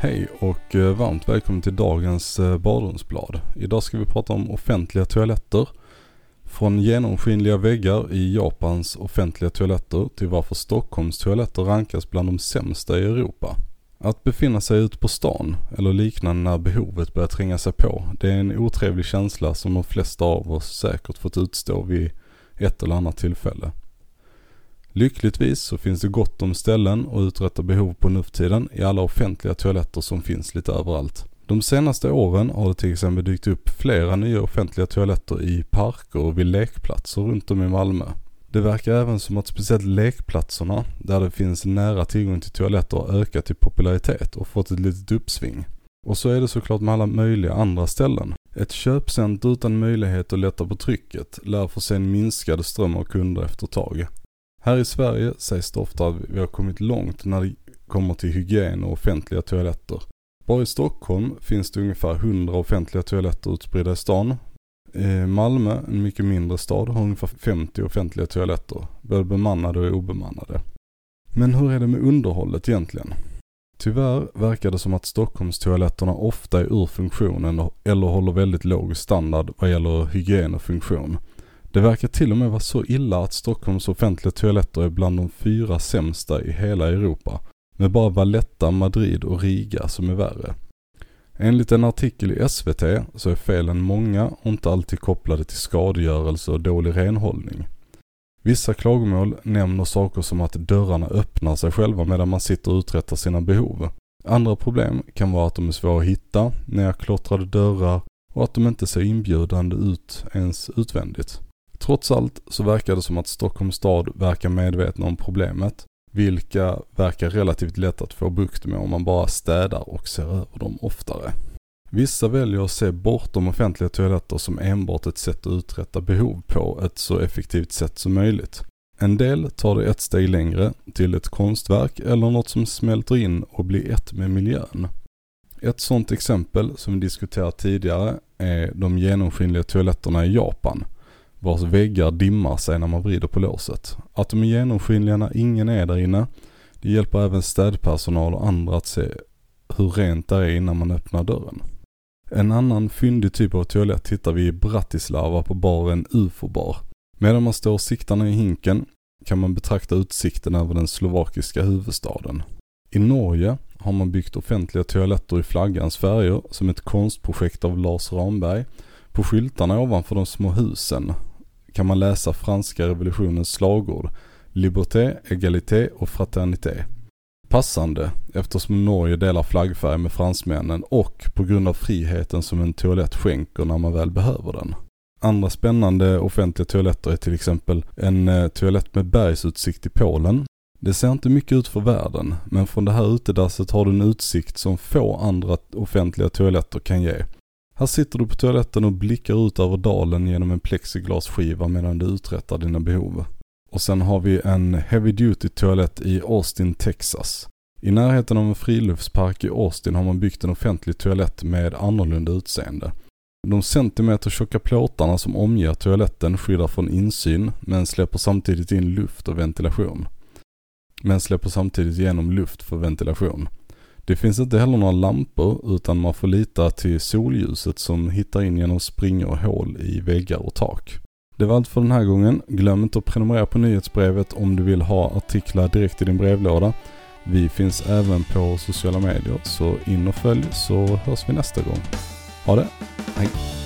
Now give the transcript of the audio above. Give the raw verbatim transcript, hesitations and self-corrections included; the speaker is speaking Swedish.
Hej och varmt välkommen till dagens badrumsblad. Idag ska vi prata om offentliga toaletter. Från genomskinliga väggar i Japans offentliga toaletter till varför Stockholms toaletter rankas bland de sämsta i Europa. Att befinna sig ute på stan eller liknande när behovet börjar tränga sig på, det är en otrevlig känsla som de flesta av oss säkert fått utstå vid ett eller annat tillfälle. Lyckligtvis så finns det gott om ställen och uträtta behov på nufttiden i alla offentliga toaletter som finns lite överallt. De senaste åren har det till exempel dykt upp flera nya offentliga toaletter i parker och vid lekplatser runt om i Malmö. Det verkar även som att speciellt lekplatserna, där det finns nära tillgång till toaletter, har ökat i popularitet och fått ett litet uppsving. Och så är det såklart med alla möjliga andra ställen. Ett köpcenter utan möjlighet att lätta på trycket lär få se en minskad ström av kunder efter tag. Här i Sverige sägs det ofta att vi har kommit långt när det kommer till hygien och offentliga toaletter. Bara i Stockholm finns det ungefär hundra offentliga toaletter utspridda i stan. Malmö, en mycket mindre stad, har ungefär femtio offentliga toaletter, både bemannade och obemannade. Men hur är det med underhållet egentligen? Tyvärr verkar det som att Stockholms toaletterna ofta är ur funktionen eller håller väldigt låg standard vad gäller hygien och funktion. Det verkar till och med vara så illa att Stockholms offentliga toaletter är bland de fyra sämsta i hela Europa, med bara Valletta, Madrid och Riga som är värre. Enligt en artikel i S V T så är felen många och inte alltid kopplade till skadegörelse och dålig renhållning. Vissa klagomål nämner saker som att dörrarna öppnar sig själva medan man sitter och uträttar sina behov. Andra problem kan vara att de är svåra att hitta, nerklottrade dörrar och att de inte ser inbjudande ut ens utvändigt. Trots allt så verkar det som att Stockholms stad verkar medvetna om problemet, vilka verkar relativt lätt att få bukt med om man bara städar och ser över dem oftare. Vissa väljer att se bortom offentliga toaletter som enbart ett sätt att uträtta behov på ett så effektivt sätt som möjligt. En del tar det ett steg längre till ett konstverk eller något som smälter in och blir ett med miljön. Ett sådant exempel som vi diskuterat tidigare är de genomskinliga toaletterna i Japan, vars väggar dimmar sig när man vrider på låset. Att de är genomskinliga när ingen är där inne, det hjälper även städpersonal och andra att se hur rent det är innan man öppnar dörren. En annan fyndig typ av toalett hittar vi i Bratislava på baren U F O-bar. Medan man står och siktar ner i hinken kan man betrakta utsikten över den slovakiska huvudstaden. I Norge har man byggt offentliga toaletter i flaggans färger som ett konstprojekt av Lars Ramberg. På skyltarna ovanför de små husen kan man läsa franska revolutionens slagord Liberté, Egalité och Fraternité. Passande eftersom Norge delar flaggfärg med fransmännen och på grund av friheten som en toalett skänker när man väl behöver den. Andra spännande offentliga toaletter är till exempel en eh, toalett med bergsutsikt i Polen. Det ser inte mycket ut för världen, men från det här utedasset har du en utsikt som få andra offentliga toaletter kan ge. Här sitter du på toaletten och blickar ut över dalen genom en plexiglasskiva medan du uträttar dina behov. Och sen har vi en heavy duty toalett i Austin, Texas. I närheten av en friluftspark i Austin har man byggt en offentlig toalett med annorlunda utseende. De centimeter tjocka plåtarna som omger toaletten skyddar från insyn men släpper samtidigt in luft och ventilation. Men släpper samtidigt igenom luft för ventilation. Det finns inte heller några lampor utan man får lita till solljuset som hittar in genom springor och hål i väggar och tak. Det var allt för den här gången. Glöm inte att prenumerera på nyhetsbrevet om du vill ha artiklar direkt i din brevlåda. Vi finns även på sociala medier så in och följ så hörs vi nästa gång. Ha det, hej!